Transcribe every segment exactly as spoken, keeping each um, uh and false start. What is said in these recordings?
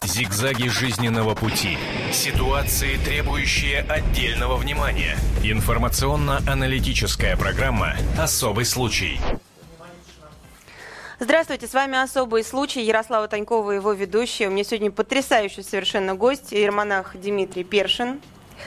Зигзаги жизненного пути. Ситуации, требующие отдельного внимания. Информационно-аналитическая программа «Особый случай». Здравствуйте, с вами «Особый случай». Ярослава Танькова, его ведущая. У меня сегодня потрясающий совершенно гость, иеромонах Дмитрий Першин.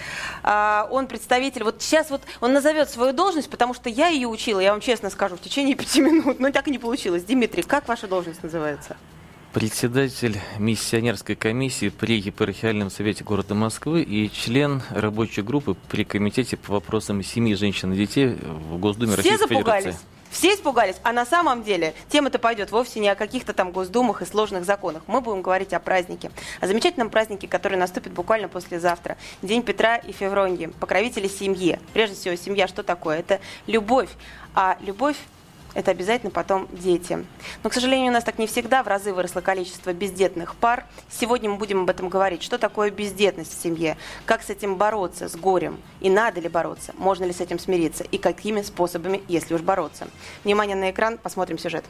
Он представитель, вот сейчас вот он назовет свою должность, потому что я ее учила, я вам честно скажу, в течение пяти минут, но так и не получилось. Дмитрий, как ваша должность называется? Председатель миссионерской комиссии при епархиальном совете города Москвы и член рабочей группы при комитете по вопросам семьи, женщин и детей в Госдуме Все Российской запугались? Федерации. Все испугались, а на самом деле тема-то пойдет вовсе не о каких-то там госдумах и сложных законах. Мы будем говорить о празднике, о замечательном празднике, который наступит буквально послезавтра. День Петра и Февроньи, покровители семьи. Прежде всего, семья что такое? Это любовь, а любовь – это обязательно потом дети. Но, к сожалению, у нас так не всегда. В разы выросло количество бездетных пар. Сегодня мы будем об этом говорить. Что такое бездетность в семье? Как с этим бороться, с горем? И надо ли бороться? Можно ли с этим смириться? И какими способами, если уж бороться? Внимание на экран, посмотрим сюжет.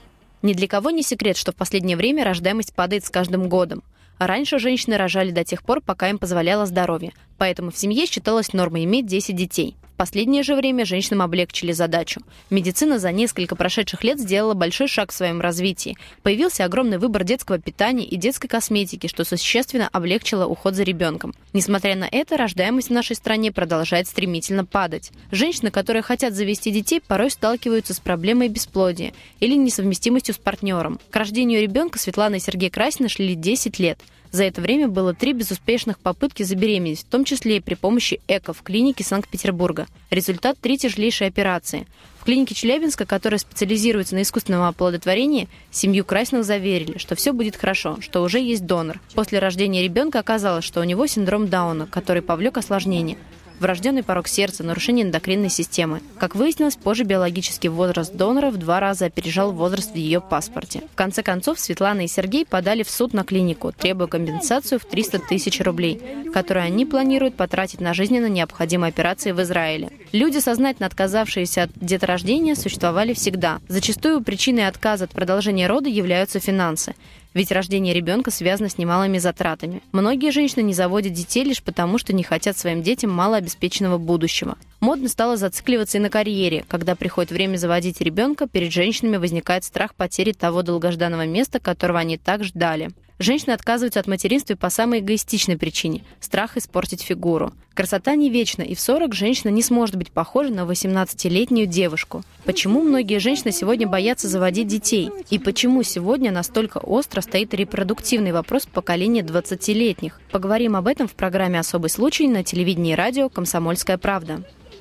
Ни для кого не секрет, что в последнее время рождаемость падает с каждым годом. Раньше женщины рожали до тех пор, пока им позволяло здоровье. Поэтому в семье считалось нормой иметь десять детей. В последнее же время женщинам облегчили задачу. Медицина за несколько прошедших лет сделала большой шаг в своем развитии. Появился огромный выбор детского питания и детской косметики, что существенно облегчило уход за ребенком. Несмотря на это, рождаемость в нашей стране продолжает стремительно падать. Женщины, которые хотят завести детей, порой сталкиваются с проблемой бесплодия или несовместимостью с партнером. К рождению ребенка Светлана и Сергей Красины шли десять лет. За это время было три безуспешных попытки забеременеть, в том числе и при помощи ЭКО в клинике Санкт-Петербурга. Результат – три тяжелейшие операции. В клинике Челябинска, которая специализируется на искусственном оплодотворении, семью Красиных заверили, что все будет хорошо, что уже есть донор. После рождения ребенка оказалось, что у него синдром Дауна, который повлек осложнения. Врожденный порок сердца, нарушение эндокринной системы. Как выяснилось, позже биологический возраст донора в два раза опережал возраст в ее паспорте. В конце концов, Светлана и Сергей подали в суд на клинику, требуя компенсацию в триста тысяч рублей, которую они планируют потратить на жизненно необходимые операции в Израиле. Люди, сознательно отказавшиеся от деторождения, существовали всегда. Зачастую причиной отказа от продолжения рода являются финансы. Ведь рождение ребенка связано с немалыми затратами. Многие женщины не заводят детей лишь потому, что не хотят своим детям малообеспеченного будущего. Модно стало зацикливаться и на карьере. Когда приходит время заводить ребенка, перед женщинами возникает страх потери того долгожданного места, которого они так ждали. Женщины отказываются от материнства по самой эгоистичной причине – страх испортить фигуру. Красота не вечна, и в сорок женщина не сможет быть похожа на восемнадцатилетнюю девушку. Почему многие женщины сегодня боятся заводить детей? И почему сегодня настолько остро стоит репродуктивный вопрос поколения двадцатилетних? Поговорим об этом в программе «Особый случай» на телевидении и радио «Комсомольская правда».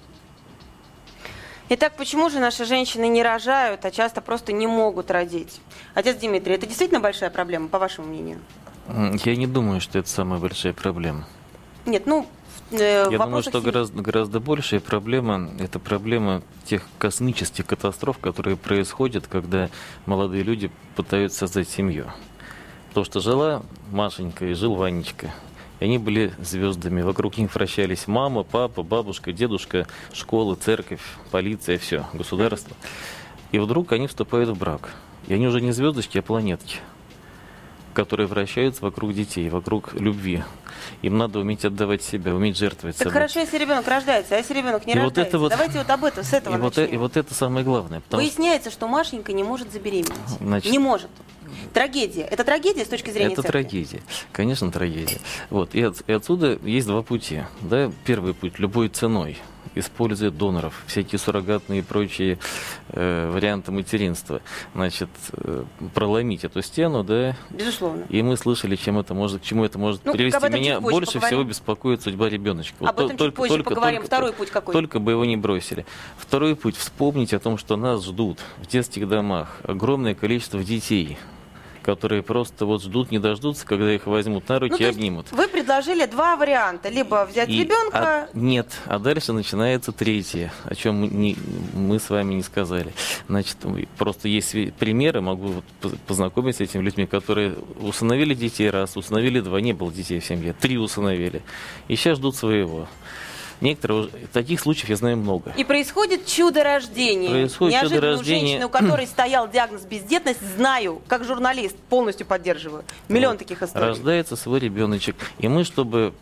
Итак, почему же наши женщины не рожают, а часто просто не могут родить? Отец Дмитрий, это действительно большая проблема, по вашему мнению? Я не думаю, что это самая большая проблема. Нет, ну... Э, Я думаю, что гораздо, гораздо большая проблема – это проблема тех космических катастроф, которые происходят, когда молодые люди пытаются создать семью. Потому что жила Машенька и жил Ванечка. И они были звездами. Вокруг них вращались мама, папа, бабушка, дедушка, школа, церковь, полиция, все, государство. И вдруг они вступают в брак. И они уже не звездочки, а планетки, которые вращаются вокруг детей, вокруг любви. Им надо уметь отдавать себя, уметь жертвовать так собой. Хорошо, если ребенок рождается, а если ребенок не и рождается? Вот это вот, Давайте вот об этом, с этого и начнем. Вот, и вот это самое главное. Выясняется, что Машенька не может забеременеть. Значит, не может. Трагедия. Это трагедия с точки зрения Это церкви? трагедия. Конечно, трагедия. Вот. И, от, и отсюда есть два пути. Да? Первый путь – любой ценой, используя доноров, всякие суррогатные и прочие э, варианты материнства. Значит, э, проломить эту стену, да. Безусловно. И мы слышали, чем это может, к чему это может ну, привести. Меня больше поговорим. всего беспокоит судьба ребеночка. Об вот этом только, чуть позже только, поговорим. Только, Второй путь какой? Только бы его не бросили. Второй путь – вспомнить о том, что нас ждут в детских домах огромное количество детей, которые просто вот ждут, не дождутся, когда их возьмут на руки ну, и обнимут. Вы предложили два варианта. Либо взять и, ребенка... А, нет, а дальше начинается третье, о чем мы, не, мы с вами не сказали. Значит, просто есть примеры, могу вот познакомиться с этими людьми, которые усыновили детей раз, усыновили два, не было детей в семье, три усыновили. И сейчас ждут своего. Некоторые, таких случаев я знаю много. И происходит чудо рождения. Происходит Неожиданно чудо у рождения. женщины, у которой стоял диагноз бездетность, знаю, как журналист, полностью поддерживаю. Миллион Вот. таких историй. Рождается свой ребеночек. И мы, чтобы,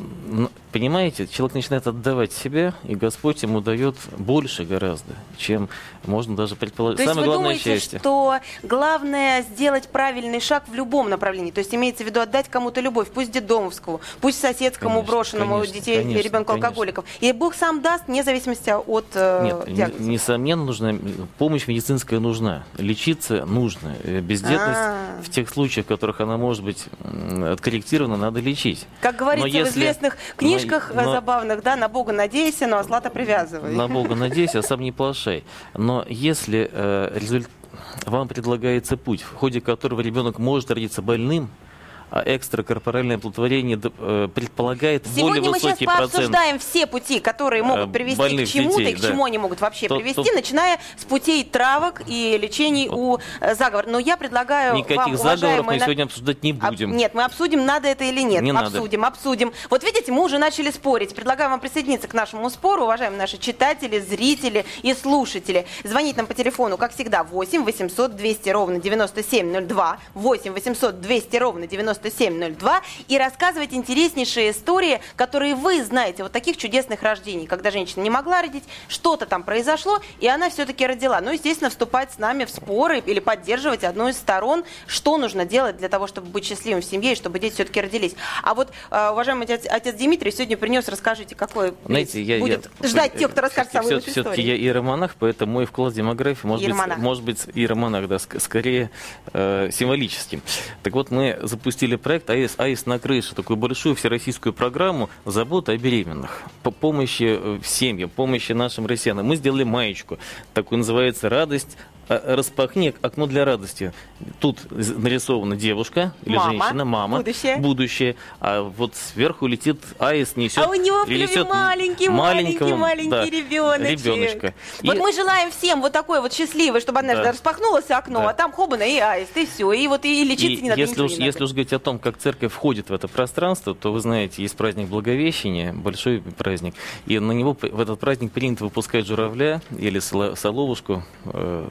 м, понимаете, человек начинает отдавать себя, и Господь ему дает больше гораздо, чем можно даже предположить. То есть Самое вы главное думаете, счастье. что главное сделать правильный шаг в любом направлении? То есть имеется в виду отдать кому-то любовь, пусть детдомовскому, пусть соседскому, Конечно, брошенному конечно, детей, конечно, ребенку алкоголиков. И Бог сам даст, вне зависимости от э, Нет, диагноза. не- несомненно, нужна помощь медицинская нужна. Лечиться нужно. Э, Бездетность А. в тех случаях, в которых она может быть м, откорректирована, надо лечить. Как говорится Но если- в известных книжках но- э, но- забавных, да, на Бога надейся, но осла-то привязывай. На Бога надейся, а сам не плашай. Но если э, результ- вам предлагается путь, в ходе которого ребенок может родиться больным, а экстракорпоральное оплодотворение д- э, предполагает Сегодня более мы сейчас высокий процент. пообсуждаем все пути, которые могут э, привести больных к чему-то детей, и к да. чему они могут вообще То- привести, то- начиная с путей травок и лечений у э, заговора. Но я предлагаю вам, Никаких заговоров мы уважаемые... на- сегодня обсуждать не Об- будем. Нет, мы обсудим, надо это или нет. Не надо. обсудим, обсудим. Вот видите, мы уже начали спорить. Предлагаю вам присоединиться к нашему спору, уважаемые наши читатели, зрители и слушатели. Звонить нам по телефону, как всегда, восемь восемьсот двести ровно девяносто семь ноль два, восемь восемьсот двести ровно девяносто семь ноль два и рассказывать интереснейшие истории, которые вы знаете, вот таких чудесных рождений, когда женщина не могла родить, что-то там произошло, и она все-таки родила. Ну, естественно, вступать с нами в споры или поддерживать одну из сторон, что нужно делать для того, чтобы быть счастливым в семье и чтобы дети все-таки родились. А вот, э, уважаемый отец, отец Дмитрий сегодня принес, расскажите, какой Знаете, я, будет я, ждать тех, кто расскажет самую лучшую Все-таки историю. я иеромонах, поэтому мой вклад в демографию может Иеромонах. быть, может быть иеромонах, да, ск- скорее э, символическим. Так вот, мы запустили проект «АИС, АИС на крыше», такую большую всероссийскую программу заботы о беременных, по помощи э, семьям, помощи нашим россиянам. Мы сделали маечку, такую называется «Радость». А, распахни окно для радости. Тут нарисована девушка или Мама. женщина, мама, Будущее. будущее, а вот сверху летит аист, несет, А у него в клюве несет маленький, маленький, маленького, маленький да, ребеночек. ребеночка. Вот И- мы желаем всем вот такой вот счастливой, чтобы однажды Да. распахнулось окно, Да. а там хобана и аист, и все. И вот и лечиться И не надо, если ничего уж, не надо. если уж говорить о том, как церковь входит в это пространство, то вы знаете, есть праздник Благовещения, большой праздник, и на него в этот праздник принято выпускать журавля или соло- соловушку, э,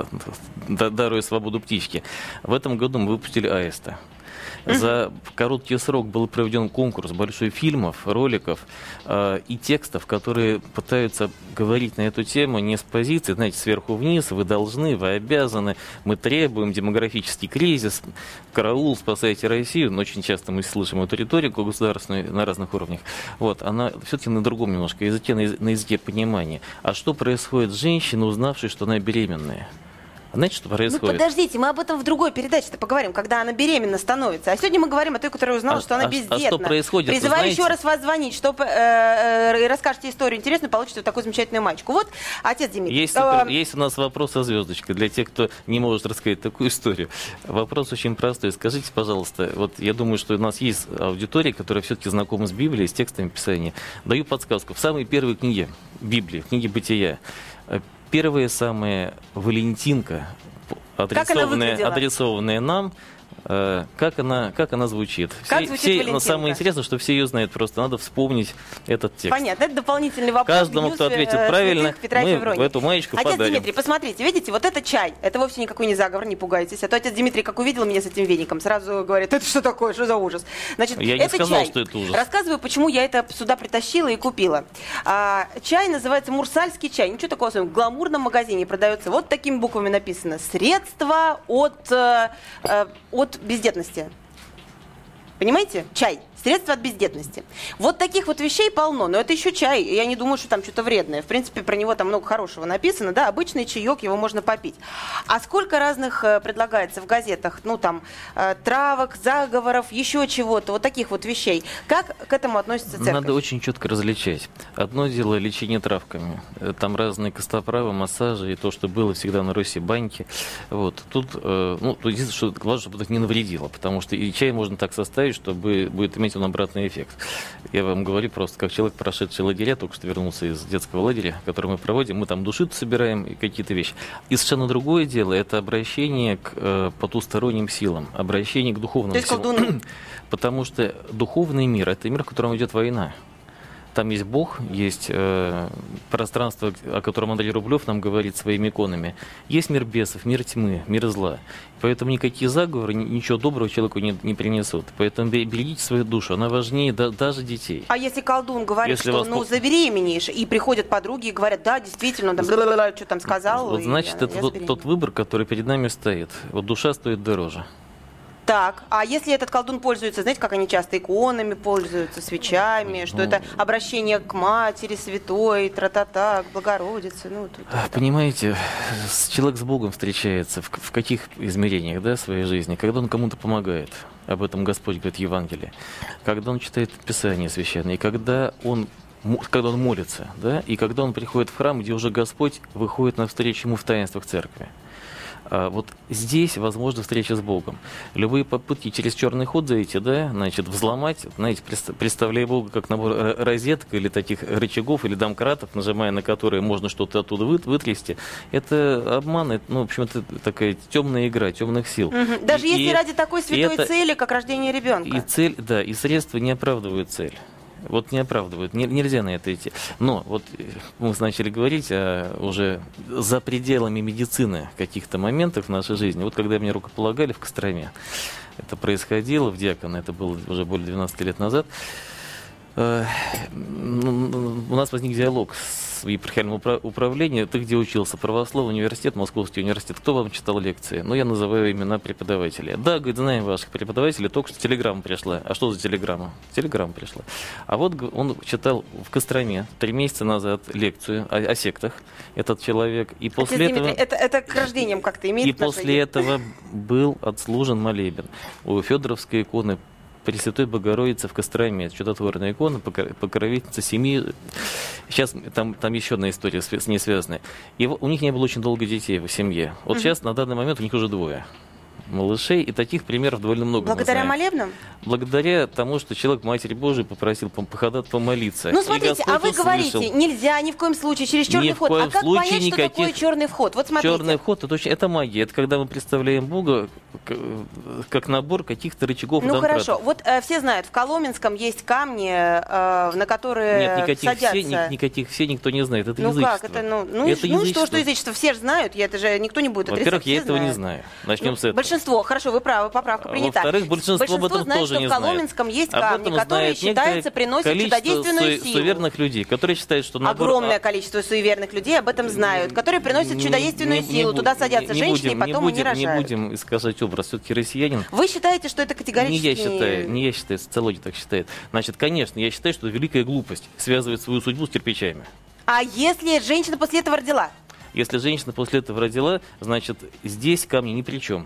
да- даруя свободу птичке. В этом году мы выпустили аиста. За короткий срок был проведен конкурс большой фильмов, роликов э, и текстов, которые пытаются говорить на эту тему не с позиции, знаете, сверху вниз, вы должны, вы обязаны, мы требуем, демографический кризис, караул, спасайте Россию. Но очень часто мы слышим эту риторику государственную на разных уровнях. Вот, она все-таки на другом немножко языке, на яз- на языке понимания. А что происходит с женщиной, узнавшей, что она беременная? Знаете, что Ну происходит? подождите, мы об этом в другой передаче-то поговорим, когда она беременна становится. А сегодня мы говорим о той, которая узнала, А- что она а- а что бездетна. происходит, вы Призываю знаете? еще раз вас звонить, чтобы э, э, и расскажете историю интересную, получите вот такую замечательную маечку. Вот, отец Дмитрий. Есть, э, супер- есть у нас вопрос со звездочкой для тех, кто не может рассказать такую историю. Вопрос очень простой. Скажите, пожалуйста, вот я думаю, что у нас есть аудитория, которая все-таки знакома с Библией, с текстами Писания. Даю подсказку. В самой первой книге Библии, в книге Бытия, э, первая самая Валентинка, адресованная, выглядела? адресованная нам, э, как она, как она звучит. Как Все- звучит все- но Валентинка? самое интересное, что все ее знают, просто надо вспомнить этот текст. Понятно, это дополнительный вопрос. Каждому, к кто ньюсу, ответит э, правильно, святых Петра и мы Февронии. в эту маечку Отец подарим. Дмитрий, посмотрите, видите, вот это чай, это вовсе никакой не заговор, не пугайтесь. А то отец Дмитрий, как увидел меня с этим веником, сразу говорит, это что такое, что за ужас? Значит, Я не это сказал, чай. что это ужас. Рассказываю, почему я это сюда притащила и купила. А, чай называется мурсальский чай, ничего такого особенного. В гламурном магазине продается, вот такими буквами написано, средства от, э, э, от бездетности. Понимаете? Чай. Средства от бездетности. Вот таких вот вещей полно, но это еще чай. Я не думаю, что там что-то вредное. В принципе, про него там много хорошего написано. Да, обычный чаек, его можно попить. А сколько разных э, предлагается в газетах, ну там, э, травок, заговоров, еще чего-то, вот таких вот вещей. Как к этому относится церковь? Надо очень четко различать. Одно дело лечение травками. Э, Там разные костоправы, массажи и то, что было всегда на Руси, баньки. Вот. Тут, э, ну, тут единственное, что главное, чтобы это не навредило, потому что и чай можно так составить, чтобы будет иметь он обратный эффект. Я вам говорю просто, как человек, прошедший лагеря, только что вернулся из детского лагеря, который мы проводим, мы там души собираем и какие-то вещи. И совершенно другое дело, это обращение к э, потусторонним силам, обращение к духовным То есть силам. колдуны. Потому что духовный мир – это мир, в котором идет война. Там есть Бог, есть э, пространство, о котором Андрей Рублев нам говорит своими иконами. Есть мир бесов, мир тьмы, мир зла. Поэтому никакие заговоры ничего доброго человеку не, не принесут. Поэтому берегите свою душу, она важнее да, даже детей. А если колдун говорит, если что вас... ну забеременеешь, и приходят подруги и говорят, да, действительно, да, что там сказал. Вот, значит, я, это я вот тот выбор, который перед нами стоит. Вот душа стоит дороже. Так, а если этот колдун пользуется, знаете, как они часто иконами пользуются, свечами, что ну, это обращение к матери святой, тра-та-та, к Богородице, ну... Тут, понимаете, человек с Богом встречается в, в каких измерениях, да, своей жизни, когда он кому-то помогает, об этом Господь говорит в Евангелии, когда он читает Писание священное, и когда он когда он молится, да, и когда он приходит в храм, где уже Господь выходит навстречу ему в таинствах церкви. Вот здесь возможна встреча с Богом. Любые попытки через черный ход зайти, да, значит, взломать, знаете, представляя Бога как набор розеток или таких рычагов или домкратов, нажимая на которые можно что-то оттуда вытрясти, это обман, это, ну, в общем, это такая темная игра, темных сил. Угу. Даже и, если и, ради такой святой это, цели, как рождение ребенка. И цель, да, и средства не оправдывают цель. Вот не оправдывают, не, нельзя на это идти. Но вот мы начали говорить о уже за пределами медицины каких-то моментов в нашей жизни. Вот когда меня рукополагали в Костроме, это происходило в Дьяконо, это было уже более двенадцати лет назад, э, у нас возник диалог с епархиальным управлением. Ты где учился? Православный университет, Московский университет. Кто вам читал лекции? Ну, я называю имена преподавателей. Да, говорит, знаем ваших преподавателей, только что телеграмма пришла. А что за телеграмма? Телеграмма пришла. А вот он читал в Костроме три месяца назад лекцию о, о сектах, этот человек. И после Отец этого... Дмитрий, это, это к рождениям как-то имеет И отношение? после этого был отслужен молебен у Федоровской иконы Пресвятой Богородицы в Костроме. Это чудотворная икона, покровительница семьи. Сейчас там, там еще одна история с ней связанная. И у них не было очень долго детей в семье. Вот угу. Сейчас, на данный момент, у них уже двое малышей, и таких примеров довольно много. Благодаря молебнам? Благодаря тому, что человек Матери Божией попросил походать помолиться. Ну, смотрите, а вы услышал. Говорите, нельзя ни в коем случае через черный ни вход. В коем а как случае понять, никаких... что такое черный вход? Вот смотрите. Черный вход это, очень... это магия. Это когда мы представляем Бога как набор каких-то рычагов. Ну, хорошо. Вот э, все знают, в Коломенском есть камни, э, на которые Нет, никаких садятся... Все, ни, никаких все никто не знает. Это ну, язычество. Как? Это, ну, ну, это и, ну что, что язычество? Все же знают, это же никто не будет отрицать. Во-первых, я этого знают. не знаю. Начнем ну, с этого. Большинство, хорошо, вы правы, поправка принята. Во-вторых, большинство, большинство об этом знает, тоже что не в Коломенском знает. есть камни, которые, считается, приносят чудодейственную су- силу. суеверных людей, которые считают, что набор... Огромное количество суеверных людей об этом знают, которые приносят чудодейственную не, силу. Не, Туда садятся не женщины, будем, и потом не будем, они рожают. Не будем искажать образ. Все-таки россиянин... Вы считаете, что это категорически... Не я считаю, не я считаю, социология так считает. Значит, конечно, я считаю, что это великая глупость связывать свою судьбу с кирпичами. А если женщина после этого родила? Если женщина после этого родила, значит, здесь камни ни при чем.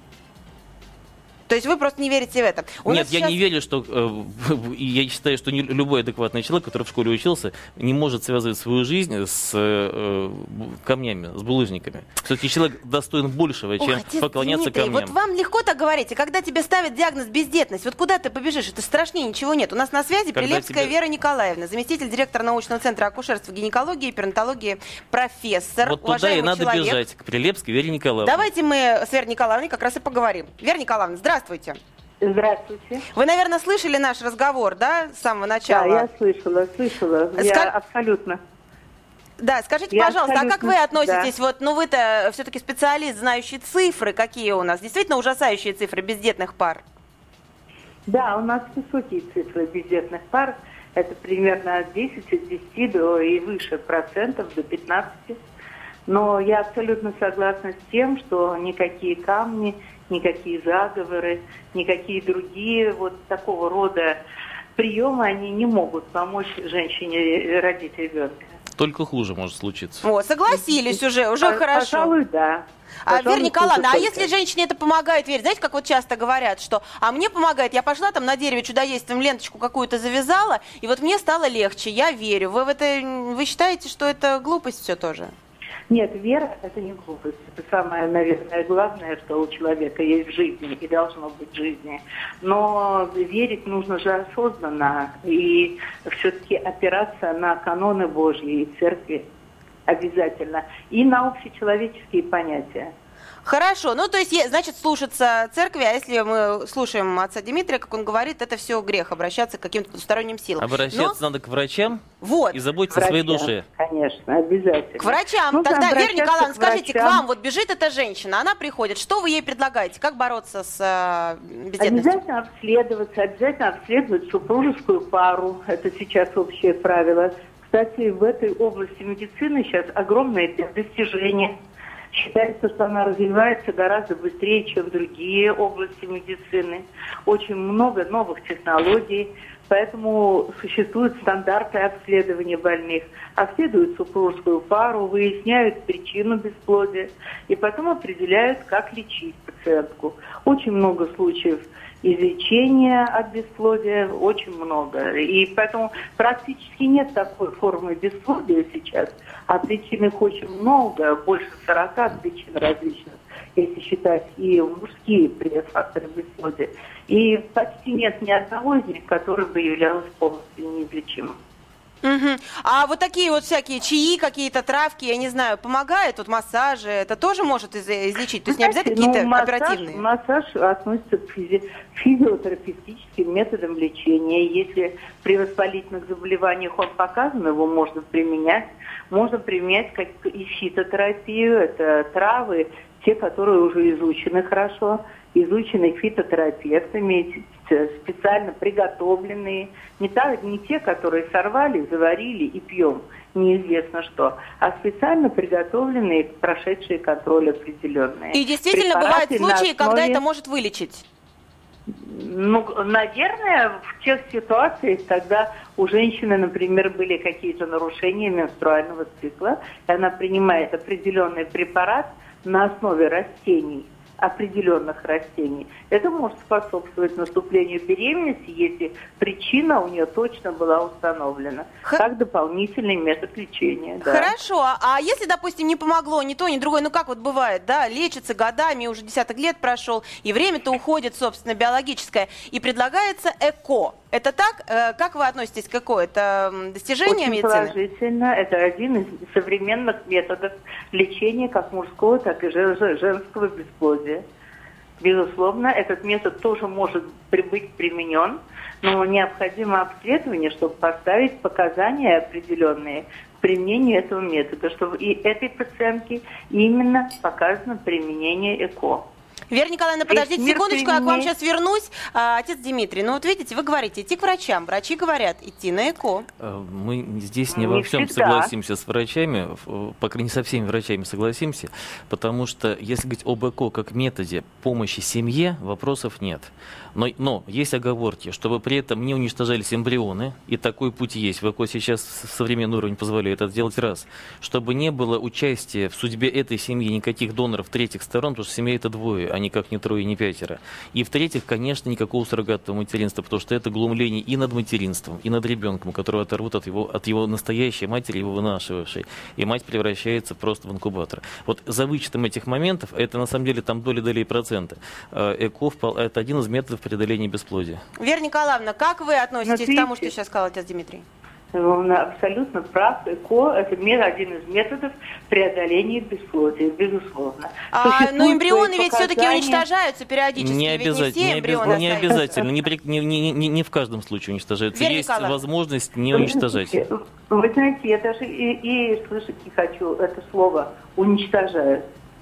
То есть вы просто не верите в это? У Нет, я сейчас... не верю, что... Э, я считаю, что не, любой адекватный человек, который в школе учился, не может связывать свою жизнь с э, камнями, с булыжниками. Все-таки человек достоин большего, чем Ох, поклоняться Дмитрий, камням. Вот вам легко так говорить, и когда тебе ставят диагноз бездетность, вот куда ты побежишь? Это страшнее ничего нет. У нас на связи когда Прилепская тебе... Вера Николаевна, заместитель директора научного центра акушерства, гинекологии и перинатологии, профессор. Вот туда и надо человек. бежать, к Прилепской Вере Николаевне. Давайте мы с Верой Николаевной как раз и поговорим. Вера Николаевна, здравствуйте. Здравствуйте. Здравствуйте. Вы, наверное, слышали наш разговор, да, с самого начала? Да, я слышала, слышала. Ска... Я абсолютно. Да, скажите, я пожалуйста, а как вы относитесь, да. вот, ну вы-то все-таки специалист, знающий цифры, какие у нас, действительно ужасающие цифры бездетных пар? Да, у нас высокие цифры бездетных пар, это примерно от десяти, от десяти до и выше процентов, до пятнадцати. Но я абсолютно согласна с тем, что никакие камни, никакие заговоры, никакие другие вот такого рода приемы, они не могут помочь женщине родить ребенка. Только хуже может случиться. О, согласились уже, уже По- хорошо. Пожалуй, да. А, Вера Николаевна, а только. если женщине это помогает верить, знаете, как вот часто говорят, что а мне помогает, я пошла там на дереве чудодействием ленточку какую-то завязала, и вот мне стало легче, я верю. Вы в это, вы считаете, что это глупость все тоже? Нет, вера – это не глупость. Это самое, наверное, главное, что у человека есть в жизни и должно быть в жизни. Но верить нужно же осознанно и все-таки опираться на каноны Божьи и церкви обязательно. И на общечеловеческие понятия. Хорошо, ну то есть, е- значит, слушаться церкви, а если мы слушаем отца Дмитрия, как он говорит, это все грех, обращаться к каким-то потусторонним силам. Обращаться Но... надо к врачам вот. и заботиться о своей душе. Конечно, обязательно. К врачам. Нужно Тогда, Вера обращаться Николаевна, к скажите, к врачам. вам вот бежит эта женщина, она приходит, что вы ей предлагаете, как бороться с э, бездетностью? Обязательно обследоваться, обязательно обследовать супружескую пару, это сейчас общее правило. Кстати, в этой области медицины сейчас огромное достижение. Считается, что она развивается гораздо быстрее, чем другие области медицины. Очень много новых технологий, поэтому существуют стандарты обследования больных. Обследуют супружескую пару, выясняют причину бесплодия и потом определяют, как лечить пациентку. Очень много случаев излечения от бесплодия, очень много. И поэтому практически нет такой формы бесплодия сейчас. А причин их очень много, больше сорока причин различных, если считать и мужские факторы бесплодия. И почти нет ни одного из них, который бы являлся полностью неизлечимым. Угу. А вот такие вот всякие чаи, какие-то травки, я не знаю, помогают, вот массажи, это тоже может из- излечить? То есть не обязательно Знаете, какие-то ну, массаж, оперативные? Массаж относится к физи- физиотерапевтическим методам лечения. Если при воспалительных заболеваниях он показан, его можно применять. Можно применять как и фитотерапию, это травы, те, которые уже изучены хорошо, изучены фитотерапевтами, специально приготовленные, не, та, не те, которые сорвали, заварили и пьем, неизвестно что, а специально приготовленные, прошедшие контроль определенные. И действительно Препараты бывают случаи, основе... когда это может вылечить? Ну, наверное, в тех ситуациях, когда у женщины, например, были какие-то нарушения менструального цикла, и она принимает определенный препарат на основе растений, определенных растений, это может способствовать наступлению беременности, если причина у нее точно была установлена, Х... как дополнительный метод лечения. Да. Хорошо, а если, допустим, не помогло ни то, ни другое, ну как вот бывает, да, лечится годами, уже десяток лет прошел, и время-то уходит, собственно, биологическое, и предлагается ЭКО. Это так? Как вы относитесь к ЭКО? Это достижение Очень медицины? положительно. Это один из современных методов лечения как мужского, так и женского бесплодия. Безусловно, этот метод тоже может быть применен, но необходимо обследование, чтобы поставить показания определенные к применению этого метода, чтобы и этой пациентке именно показано применение ЭКО. Вера Николаевна, подождите секундочку, я к вам сейчас вернусь. А, отец Дмитрий, ну вот видите, вы говорите, идти к врачам. Врачи говорят, идти на ЭКО. Мы здесь не, не во всем всегда. согласимся с врачами, по крайней мере, со всеми врачами согласимся, потому что, если говорить об ЭКО как методе помощи семье, вопросов нет. Но, но есть оговорки, чтобы при этом не уничтожались эмбрионы, и такой путь есть. В ЭКО сейчас современный уровень позволяет это сделать раз. Чтобы не было участия в судьбе этой семьи никаких доноров третьих сторон, потому что семья это двое, а никак не трое, не пятеро. И в-третьих, конечно, никакого суррогатного материнства, потому что это глумление и над материнством, и над ребенком, которого оторвут от его, от его настоящей матери, его вынашивавшей. И мать превращается просто в инкубатор. Вот за вычетом этих моментов, это на самом деле там доли, доли и проценты, ЭКО это один из методов преодоления бесплодия. Вера Николаевна, как вы относитесь Но, к тому, что сейчас сказал отец Дмитрий? Он абсолютно прав. ЭКО – это один из методов преодоления бесплодия, безусловно. А, но эмбрионы ведь все-таки уничтожаются периодически, не ведь не обязательно, все не, эмбрионы обяз... не обязательно, не, при... не, не, не, не в каждом случае уничтожаются. Вера Есть Николаевна. возможность не уничтожать. Вы знаете, я даже и, и слышать не хочу это слово «уничтожают».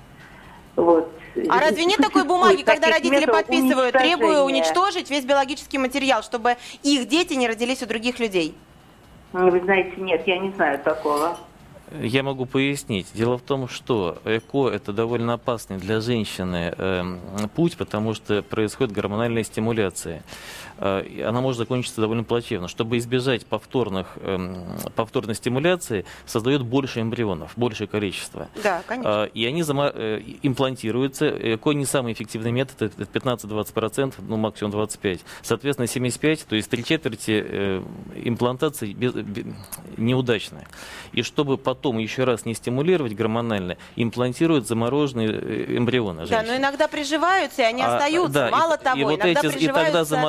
Вот. А разве нет такой бумаги, когда родители подписывают, требуя уничтожить весь биологический материал, чтобы их дети не родились у других людей? Вы знаете, нет, я не знаю такого. Я могу пояснить. Дело в том, что ЭКО – это довольно опасный для женщины э, путь, потому что происходит гормональная стимуляция. Э, она может закончиться довольно плачевно. Чтобы избежать повторных, э, повторной стимуляции, создают больше эмбрионов, большее количество. Да, конечно. Э, и они зама- э, имплантируются. ЭКО не самый эффективный метод, это пятнадцать-двадцать процентов, ну максимум двадцать пять процентов. Соответственно, семьдесят пять процентов, то есть три четверти э, имплантаций без, без, неудачные. И чтобы потом еще раз не стимулировать гормонально, имплантируют замороженные эмбрионы женщин. Да, но иногда приживаются, и они а, остаются. да, Мало и, того, и вот иногда эти, приживаются... И тогда, замор... и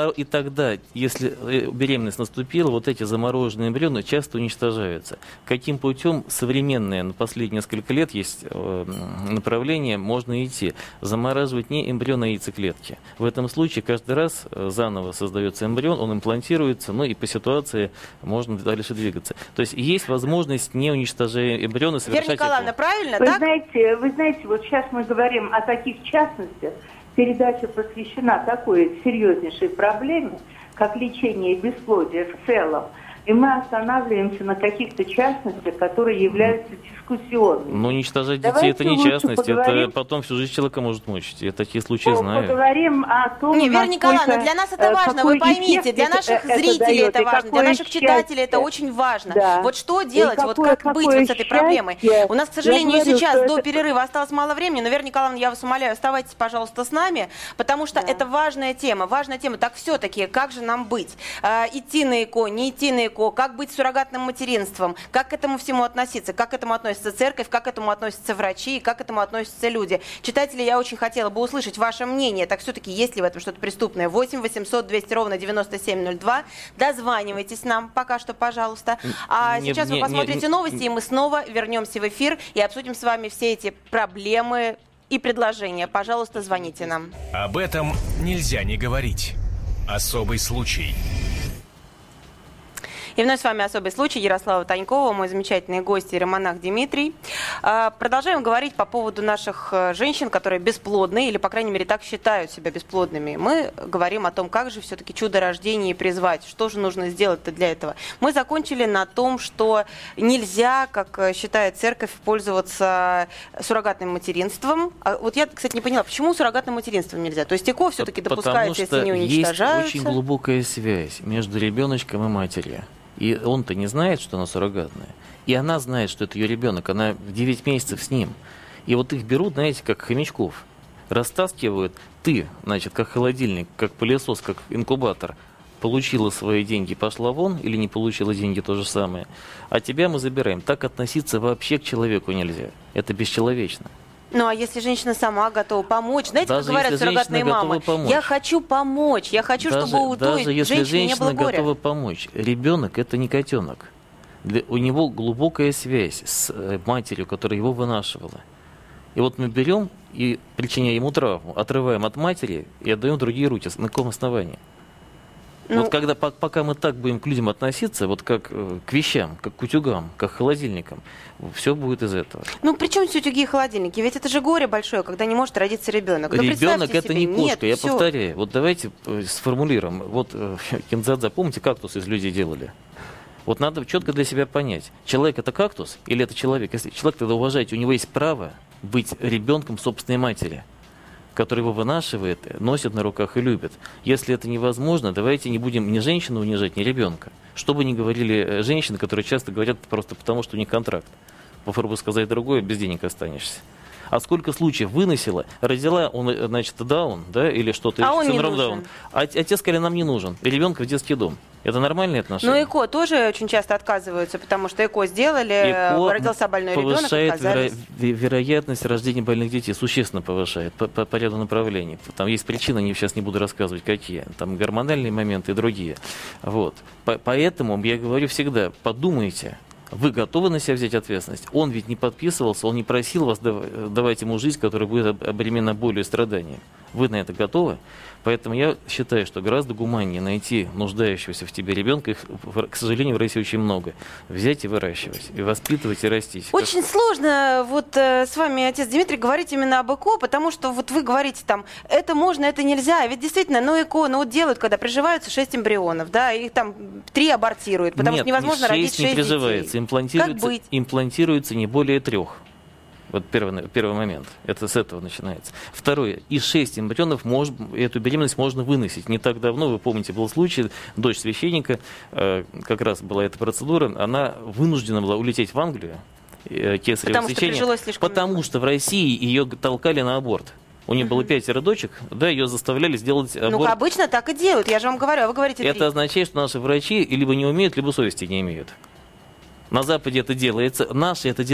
тогда, если беременность наступила, вот эти замороженные эмбрионы часто уничтожаются. Каким путем современное на последние несколько лет есть направление, можно идти. Замораживать не эмбрион, а яйцеклетки. В этом случае каждый раз заново создается эмбрион, он имплантируется, ну и по ситуации можно дальше двигаться. То есть есть возможность, не уничтожая эмбрионы, совершать... Вера Николаевна, это. правильно, вы так? Знаете, вы знаете, вот сейчас мы говорим о таких частностях. Передача посвящена такой серьезнейшей проблеме, как лечение бесплодия в целом. И мы останавливаемся на каких-то частностях, которые являются дискуссионными. Но уничтожать детей Давайте это не частность, поговорим... это потом всю жизнь человека может мучить. Я такие случаи О, знаю. Поговорим о том, Не, Вера насколько, Николаевна, для нас это важно, вы поймите, для наших это зрителей дает, это важно, для наших счастье. читателей это очень важно. Да. Вот что делать, И вот какое, как быть вот с этой счастье. проблемой? У нас, к сожалению, говорю, сейчас до это... перерыва осталось мало времени, но, Вера Николаевна, я вас умоляю, оставайтесь, пожалуйста, с нами, потому что Да. это важная тема, важная тема. Так все-таки, как же нам быть? А, идти на ЭКО, не идти на ЭКО, как быть с суррогатным материнством, как к этому всему относиться, как к этому относится церковь, как к этому относятся врачи и как к этому относятся люди. Читатели, я очень хотела бы услышать ваше мнение, так все-таки есть ли в этом что-то преступное? восемь восемьсот двести ровно девяносто семь ноль два. Дозванивайтесь нам пока что, пожалуйста. А Не, сейчас не, вы посмотрите не, новости, и мы снова вернемся в эфир и обсудим с вами все эти проблемы и предложения. Пожалуйста, звоните нам. Об этом нельзя не говорить. Особый случай. И вновь с вами особый случай. Ярослава Танькова, мой замечательный гость, иеромонах Дмитрий. Продолжаем говорить по поводу наших женщин, которые бесплодны, или, по крайней мере, так считают себя бесплодными. Мы говорим о том, как же все-таки чудо рождения призвать, что же нужно сделать-то для этого. Мы закончили на том, что нельзя, как считает церковь, пользоваться суррогатным материнством. А вот я, кстати, не поняла, почему суррогатным материнством нельзя? То есть ЭКО все-таки допускается, если не уничтожаются? Есть очень глубокая связь между ребеночком и матерью. И он-то не знает, что она суррогатная. И она знает, что это ее ребенок. Она в девять месяцев с ним. И вот их берут, знаете, как хомячков. Растаскивают. Ты, значит, как холодильник, как пылесос, как инкубатор. Получила свои деньги, пошла вон, или не получила деньги, то же самое. А тебя мы забираем. Так относиться вообще к человеку нельзя. Это бесчеловечно. Ну, а если женщина сама готова помочь? Знаете, Даже как говорят суррогатные мамы? Помочь. Я хочу помочь, я хочу, даже, чтобы у той даже если женщины не было женщина горя. готова помочь, ребенок это не котенок. Для, у него глубокая связь с э, матерью, которая его вынашивала. И вот мы берем и, причиняя ему травму, отрываем от матери и отдаем в другие руки. На каком основании? Ну, вот когда, по, пока мы так будем к людям относиться, вот как э, к вещам, как к утюгам, как к холодильникам, все будет из этого. Ну, при чем здесь утюги и холодильники? Ведь это же горе большое, когда не может родиться ребенок. Ну, ребенок это себе. не кошка, Нет, я все. повторяю. Вот давайте э, сформулируем. Вот э, Кинзадзе, помните, кактус из людей делали? Вот надо четко для себя понять, человек это кактус или это человек. Если человек, тогда уважайте, у него есть право быть ребенком собственной матери, который его вынашивает, носит на руках и любит. Если это невозможно, давайте не будем ни женщину унижать, ни ребенка. Что бы ни говорили женщины, которые часто говорят просто потому, что у них контракт. Попробуй сказать другое, без денег останешься. А сколько случаев выносила, родила, он, значит, даун, да, или что-то, а он синдром не даун. А, а те сказали, нам не нужен. И ребенка в детский дом. Это нормальные отношения? Но ЭКО тоже очень часто отказываются, потому что ЭКО сделали, ЭКО родился больной ребенок, повышает отказались. веро- вероятность рождения больных детей, существенно повышает по, по, по ряду направлений. Там есть причины, я сейчас не буду рассказывать, какие. Там гормональные моменты и другие. Вот. По, поэтому я говорю всегда, подумайте, вы готовы на себя взять ответственность? Он ведь не подписывался, он не просил вас давать ему жизнь, которая будет обременена болью и страданием. Вы на это готовы? Поэтому я считаю, что гораздо гуманнее найти нуждающегося в тебе ребенка, их, к сожалению, в России очень много, взять и выращивать, и воспитывать, и растить. Очень как... сложно вот э, с вами, отец Дмитрий, говорить именно об ЭКО, потому что вот вы говорите там, это можно, это нельзя. Ведь действительно, ну ЭКО, ну вот делают, когда приживаются шесть эмбрионов, да, их там три абортируют, потому Нет, что невозможно родить шесть не приживается, детей. Имплантируется, Как быть? Имплантируется не более трех. Вот первый, первый момент. Это с этого начинается. Второе. Из шесть эмбрионов мож, эту беременность можно выносить. Не так давно, вы помните, был случай, дочь священника, э, как раз была эта процедура, она вынуждена была улететь в Англию, э, кесарево сечение, потому много. Что в России ее толкали на аборт. У нее uh-huh. было пятеро дочек, да, ее заставляли сделать аборт. Ну, обычно так и делают, я же вам говорю, а вы говорите три. Это означает, что наши врачи либо не умеют, либо совести не имеют. На Западе это делается, наши это делают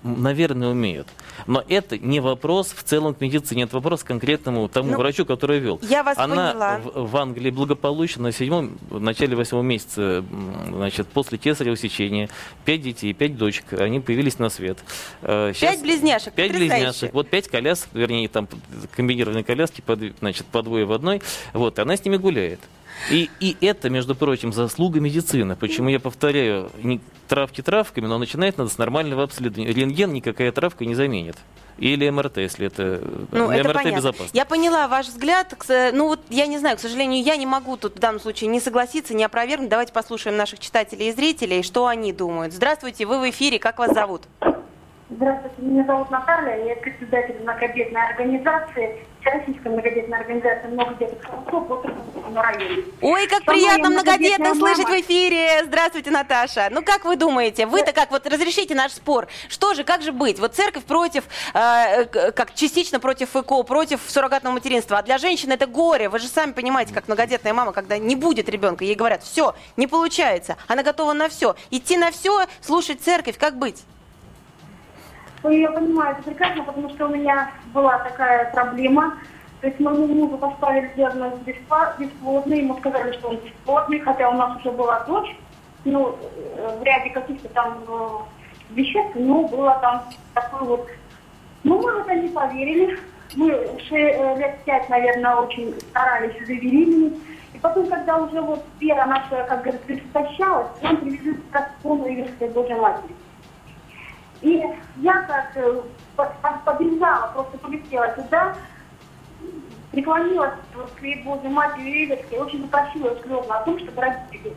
наверное, умеют. Но это не вопрос в целом к медицине, это вопрос к конкретному тому ну, врачу, который вел. Я вас Она поняла. В, в Англии благополучно на седьмом, в начале восьмого месяца, значит, после кесарево сечения, пять детей, пять дочек, они появились на свет. Сейчас пять близняшек, Пять близняшек, вот пять колясок, вернее, там комбинированные коляски, по, значит, по двое в одной, вот, она с ними гуляет. И, и это, между прочим, заслуга медицины. Почему я повторяю, не травки травками, но начинать надо с нормального обследования. Рентген никакая травка не заменит. Или эм эр тэ, если это, ну, эм эр тэ это понятно. безопасно. Я поняла ваш взгляд. Ну вот я не знаю, к сожалению, я не могу тут в данном случае не согласиться, не опровергнуть. Давайте послушаем наших читателей и зрителей, что они думают. Здравствуйте, вы в эфире, как вас зовут? Здравствуйте, меня зовут Наталья, я председатель многодетной организации, Всероссийской многодетной организации «Многодетных отцов» в районе. Ой, как Сама приятно многодетных мама. слышать в эфире. Здравствуйте, Наташа. Ну, как вы думаете, вы-то как, вот разрешите наш спор, что же, как же быть? Вот церковь против, э, как частично против ЭКО, против суррогатного материнства, а для женщин это горе. Вы же сами понимаете, как многодетная мама, когда не будет ребенка, ей говорят, все, не получается, она готова на все. Идти на все, слушать церковь, как быть? Я понимаю, это прекрасно, потому что у меня была такая проблема. То есть моему мужу поставили диагноз бесплодный, ему сказали, что он бесплодный, хотя у нас уже была дочь, ну, в ряде каких-то там веществ, но было там такой вот... Ну, мы в это не поверили. Мы лет пять, наверное, очень старались забеременеть. И потом, когда уже вот вера наша, как говорится, истощалась, нам привезли как полную Иверской Божьей Матери. И я как побежала, просто полетела туда, преклонилась к Божьей Матери Иверской, очень попросила слезно о том, чтобы родить ребенка.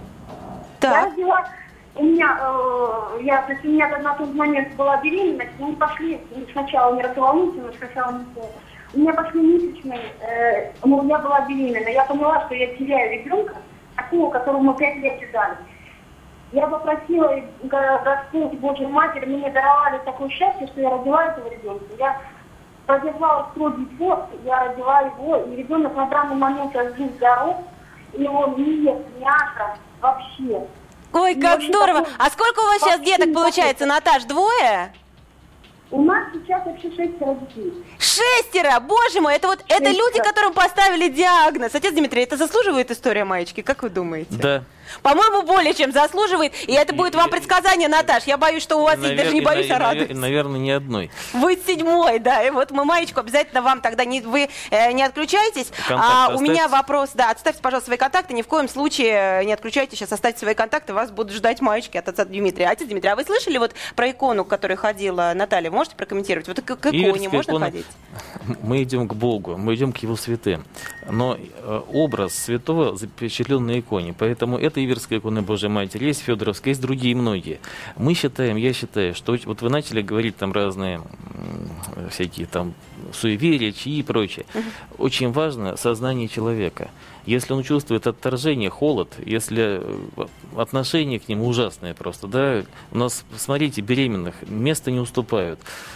Я родила, у меня, э, я, то есть у меня на тот момент была беременность, но мы пошли, сначала не расволнуйся, но сначала не то. У меня пошли месячные, э, ну, я была беременна, я поняла, что я теряю ребенка, такого, которого мы пять лет ждали. Я попросила Господь, Божью Матерь, мне даровали такое счастье, что я родила этого ребенка. Я продержала строгий пост, я родила его, и ребенок на данный момент жив-здоров, и он не ест мясо вообще. Ой, как здорово! А сколько у вас сейчас деток получается, Наташ, двое? У нас сейчас вообще шестеро детей. Шестеро! Боже мой, это вот это люди, которым поставили диагноз. Отец Дмитрий, это заслуживает история маечки, как вы думаете? Да. По-моему, более чем заслуживает. И это будет вам предсказание, Наташ. Я боюсь, что у вас здесь даже не боюсь, а радуюсь. Наверное, ни одной. Вы седьмой, да. И вот мы маечку обязательно вам тогда не, вы э, не отключайтесь. А у меня вопрос, да, отставьте, пожалуйста, свои контакты. Ни в коем случае не отключайтесь. Сейчас оставьте свои контакты. Вас будут ждать маечки от отца Дмитрия. Отец Дмитрий, а вы слышали вот про икону, к которой ходила Наталья? Можете прокомментировать? Вот к, к иконе Иверская можно икона... ходить? Мы идем к Богу, мы идем к Его святым. Но э, образ святого запечатлен на иконе. Поэтому это Иверская икона Божьей Матери, есть Федоровская, есть другие многие. Мы считаем, я считаю, что вот вы начали говорить там разные всякие там суеверия, чьи и прочее. Uh-huh. Очень важно сознание человека. Если он чувствует отторжение, холод, если отношение к нему ужасное просто, да, у нас, смотрите, беременных места не уступают.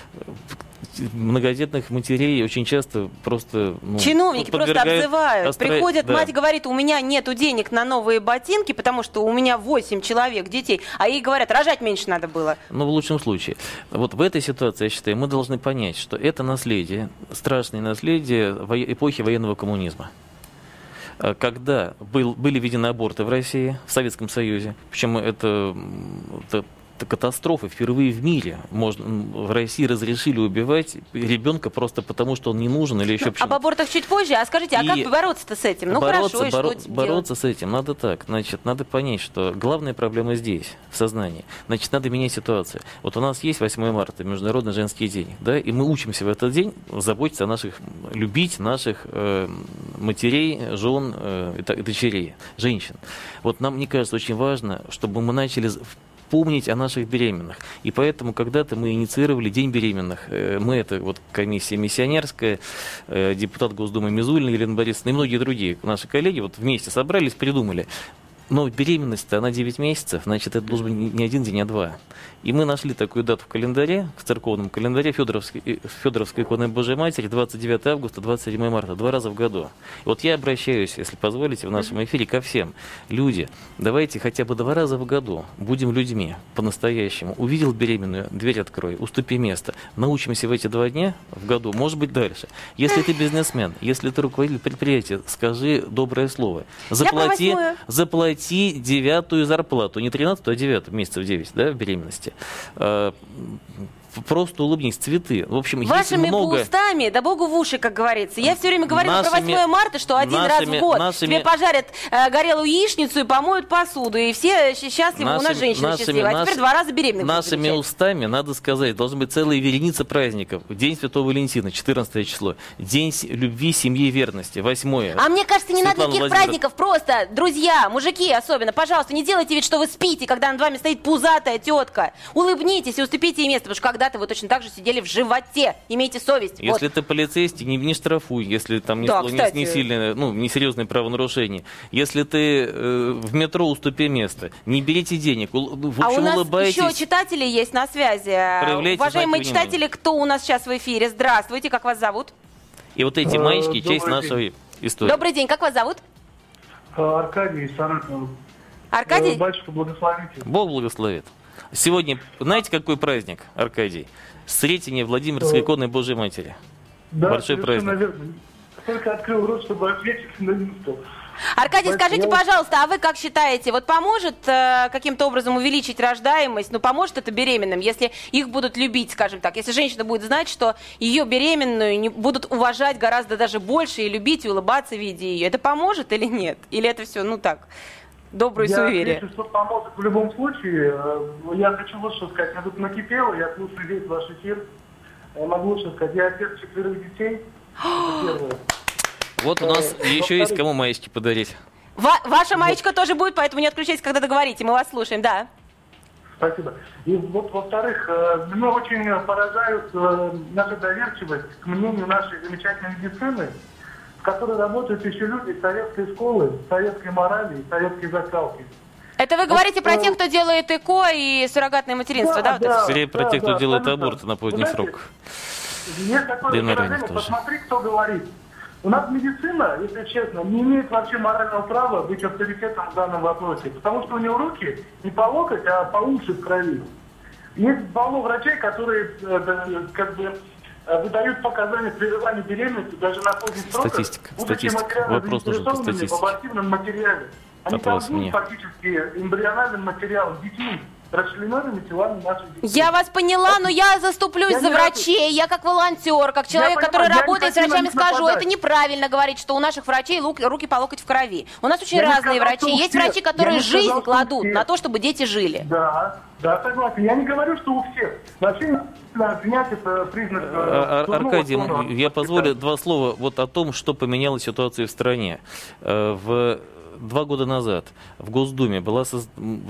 Многодетных матерей очень часто просто... Ну, чиновники просто обзывают. Остра... Приходит, да. мать говорит, у меня нету денег на новые ботинки, потому что у меня восемь человек, детей, а ей говорят, рожать меньше надо было. Ну, в лучшем случае. Вот в этой ситуации, я считаю, мы должны понять, что это наследие, страшное наследие эпохи военного коммунизма. Когда был, были введены аборты в России, в Советском Союзе, причем это, это, это катастрофа, впервые в мире можно, в России разрешили убивать ребенка просто потому, что он не нужен или еще почему-то. Об абортах чуть позже, а скажите, а и как бороться-то с этим? Ну бороться, хорошо, и боро- что Бороться делать? с этим надо так, значит, надо понять, что главная проблема здесь, в сознании, значит, надо менять ситуацию. Вот у нас есть восьмое марта, Международный женский день, да, и мы учимся в этот день заботиться о наших, любить наших э, матерей, жен э, и дочерей, женщин. Вот нам, мне кажется, очень важно, чтобы мы начали помнить о наших беременных. И поэтому когда-то мы инициировали День беременных. Мы, это вот комиссия миссионерская, депутат Госдумы Мизулина Елена Борисовна и многие другие наши коллеги вот вместе собрались, придумали. Но беременность-то, она девять месяцев, значит, это должен быть не один день, а два. И мы нашли такую дату в календаре, в церковном календаре Федоровской, Федоровской иконы Божией Матери, двадцать девятое августа, двадцать седьмое марта, два раза в году. И вот я обращаюсь, если позволите, в нашем эфире ко всем. Люди, давайте хотя бы два раза в году будем людьми по-настоящему. Увидел беременную, дверь открой, уступи место. Научимся в эти два дня в году, может быть, дальше. Если ты бизнесмен, если ты руководитель предприятия, скажи доброе слово. Заплати, заплати девятую зарплату, не тринадцатую, а девятую, месяцев девять, да, в беременности. Просто улыбнись, цветы. В общем, вашими много... устами, да богу в уши, как говорится. Я все время говорю нашими, про восьмое марта, что один нашими, раз в год нашими... тебе пожарят э, горелую яичницу и помоют посуду, и все счастливы, нашими, у нас женщины нашими, счастливы. А нас... теперь два раза беременных. Нашими устами, надо сказать, должна быть целая вереница праздников. День Святого Валентина, четырнадцатое число. День любви, семьи и верности, восьмое. А мне кажется, не Светлана надо никаких Владимир... праздников, просто, друзья, мужики особенно, пожалуйста, не делайте вид, что вы спите, когда над вами стоит пузатая тетка. Улыбнитесь и уступите ей место, потому что когда вы точно так же сидели в животе. Имейте совесть. Если вот. ты полицейский, не, не штрафуй, если там не, да, не, не сильное, ну, несерьезное правонарушение. Если ты э, в метро, уступи место. Не берите денег. В общем, а у нас улыбайтесь. еще читатели есть на связи. Проявляйте уважаемые читатели, кто у нас сейчас в эфире? Здравствуйте, как вас зовут? И вот эти маечки, честь нашей истории. Добрый день, как вас зовут? Аркадий, Саратов. Аркадий? Батюшка, благословите. Бог благословит. Сегодня, знаете, какой праздник, Аркадий? Сретение Владимирской иконы Божией Матери. Да, большой праздник. Наверное. Только открыл рот, чтобы ответить на это. Аркадий, скажите, пожалуйста, а вы как считаете, вот поможет э, каким-то образом увеличить рождаемость, ну поможет это беременным, если их будут любить, скажем так, если женщина будет знать, что ее беременную не, будут уважать гораздо даже больше и любить, и улыбаться, видя ее, это поможет или нет? Или это все, ну так, доброе суеверие? Я отвечу, что поможет в любом случае. Я хочу вот что сказать, я тут накипела, я слушаю весь ваш эфир, я могу лучше сказать, я отец четверых детей, это первое. Вот у нас э, еще есть кому маечки подарить. Ва- ваша маечка вот. тоже будет, поэтому не отключайтесь, когда договорите. Мы вас слушаем, да. Спасибо. И вот, во-вторых, э, меня очень поражает э, наша доверчивость к мнению нашей замечательной медицины, в которой работают еще люди из советской школы, советской морали и советской закалки. Это вы говорите вот, про тех, кто делает ЭКО и суррогатное материнство, да? Да, да, скорее про да, тех, кто да, делает абсолютно. аборты на поздний срок. Есть такое выражение, посмотри, кто говорит. У нас медицина, если честно, не имеет вообще морального права быть авторитетом в данном вопросе, потому что у него руки не по локоть, а по уши в крови. Есть полно врачей, которые э, как бы э, выдают показания при прерывании беременности даже на поздних сроках, статистика, будучи статистика. Вопрос заинтересованными в абортивном материале. Они торгуют фактически эмбриональным материалом детьми, расчлененными телами наших детей. Я вас поняла, но я заступлюсь я за врачей. Я как волонтер, как человек, я который понимаю, работает с врачами, скажу, нападать. это неправильно говорить, что у наших врачей руки по локоть в крови. У нас очень я разные сказал, врачи. Есть всех. врачи, которые жизнь сказал, кладут на то, чтобы дети жили. Да, да, согласен. Я не говорю, что у всех. Вообще надо принять это признак... Ар- Аркадий, я позволю два слова вот о том, что поменяло ситуацию в стране. В Два года назад в Госдуме была соз...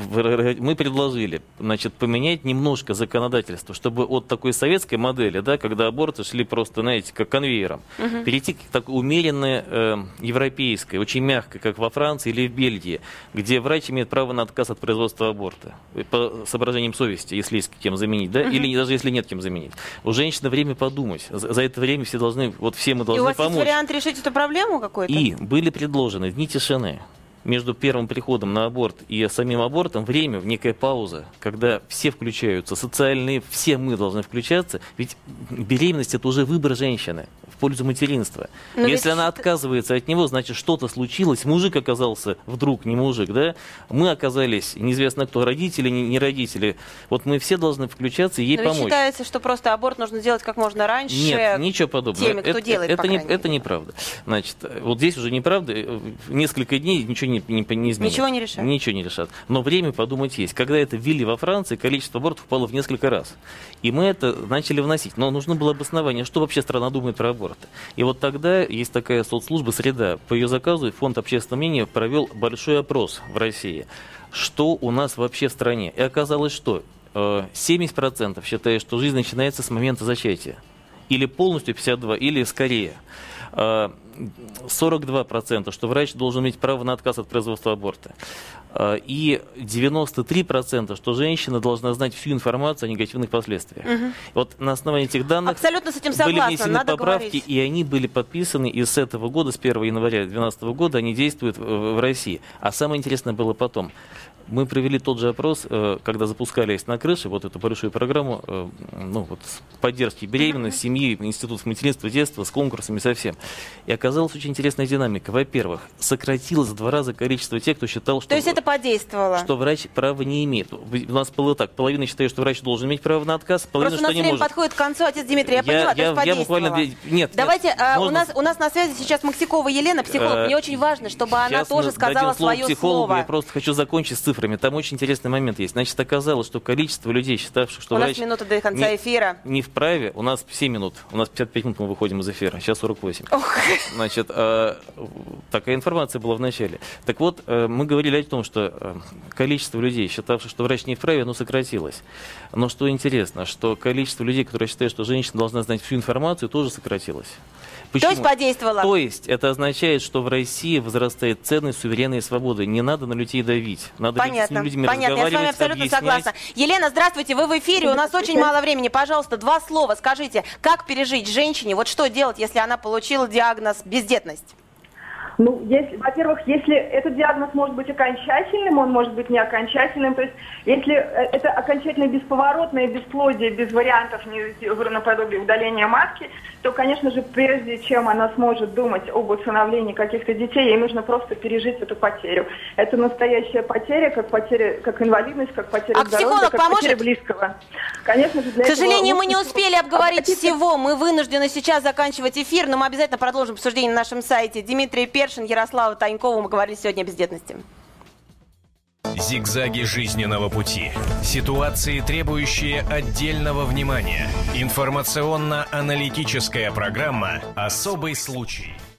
мы предложили, значит, поменять немножко законодательство, чтобы от такой советской модели, да, когда аборты шли просто, знаете, как конвейером, угу. перейти к такой умеренной э, европейской, очень мягкой, как во Франции или в Бельгии, где врач имеет право на отказ от производства аборта по соображениям совести, если есть кем заменить, да, угу. или даже если нет кем заменить. У женщины время подумать. За, за это время все должны, вот все мы должны помочь. И у вас есть вариант решить эту проблему какой-то? И были предложены дни тишины. Между первым приходом на аборт и самим абортом время, некая пауза, когда все включаются, социальные, все мы должны включаться, ведь беременность – это уже выбор женщины в пользу материнства. Но Если она это... отказывается от него, значит, что-то случилось, мужик оказался вдруг, не мужик, да? Мы оказались, неизвестно кто, родители, не, не родители. Вот мы все должны включаться и ей Но помочь. ведь считается, что просто аборт нужно делать как можно раньше. Нет, ничего подобного. Теми, кто это, делает, это, по не, крайней мере. это неправда. Значит, вот здесь уже неправда. Несколько дней ничего не, не, не изменится. Ничего не решат. Ничего не решат. Но время подумать есть. Когда это ввели во Франции, количество абортов упало в несколько раз. И мы это начали вносить. Но нужно было обоснование, что вообще страна думает про аборты. И вот тогда есть такая соцслужба «Среда». По ее заказу Фонд общественного мнения провел большой опрос в России. Что у нас вообще в стране? И оказалось, что семьдесят процентов считают, что жизнь начинается с момента зачатия. Или полностью пятьдесят два процентов, или скорее. сорок два процента, что врач должен иметь право на отказ от производства аборта. И девяносто три процента, что женщина должна знать всю информацию о негативных последствиях. Угу. Вот на основании этих данных абсолютно с этим согласна, были внесены надо поправки, говорить. И они были подписаны, и с этого года, с первого января две тысячи двенадцатого года, они действуют в России. А самое интересное было потом. Мы провели тот же опрос, когда запускались на крыше вот эту большую программу ну, вот, поддержки беременности, семьи, институтов материнства, детства, с конкурсами, со всем. И оказалась очень интересная динамика. Во-первых, сократилось в два раза количество тех, кто считал, что, То есть это подействовало? Что врач права не имеет. У нас было так, половина считает, что врач должен иметь право на отказ, половина, Просто что не может. Просто у нас время подходит к концу, отец Дмитрий, я, я поняла, я, то есть я подействовало. буквально... Нет, Давайте, нет, а, можно... у, нас, у нас на связи сейчас Максикова Елена, психолог. Мне очень важно, чтобы она тоже сказала свое психологу, слово. Я просто хочу закончить с цифрами. Там очень интересный момент есть. Значит, оказалось, что количество людей, считавших, что у врач... У нас минута до конца не, эфира. Не вправе. У нас семь минут. У нас пятьдесят пять минут мы выходим из эфира. Сейчас сорок восемь. Ох. Значит, э, такая информация была в начале. Так вот, э, мы говорили о том, что э, количество людей, считавших, что врач не вправе, оно сократилось. Но что интересно, что количество людей, которые считают, что женщина должна знать всю информацию, тоже сократилось. Почему? То есть подействовало? То есть это означает, что в России возрастает ценность суверенной свободы. Не надо на людей давить. Надо Понятно. с людьми Понятно. разговаривать, Я с вами абсолютно объяснять. согласна. Елена, здравствуйте, вы в эфире, у нас очень мало времени. Пожалуйста, два слова скажите, как пережить женщине, вот что делать, если она получила диагноз бездетность? Ну, если, во-первых, если этот диагноз может быть окончательным, он может быть не окончательным. То есть, если это окончательно бесповоротное бесплодие, без вариантов наподобие удаления матки, то, конечно же, прежде чем она сможет думать об усыновлении каких-то детей, ей нужно просто пережить эту потерю. Это настоящая потеря, как потеря, как инвалидность, как потеря а здоровья, как поможет? потеря близкого. Конечно же, для К сожалению, этого... мы не успели обговорить всего. Мы вынуждены сейчас заканчивать эфир, но мы обязательно продолжим обсуждение на нашем сайте. Дмитрий Першин, Ярослава Танькова. Мы говорили сегодня о бездетности. Зигзаги жизненного пути. Ситуации, требующие отдельного внимания. Информационно-аналитическая программа «Особый случай».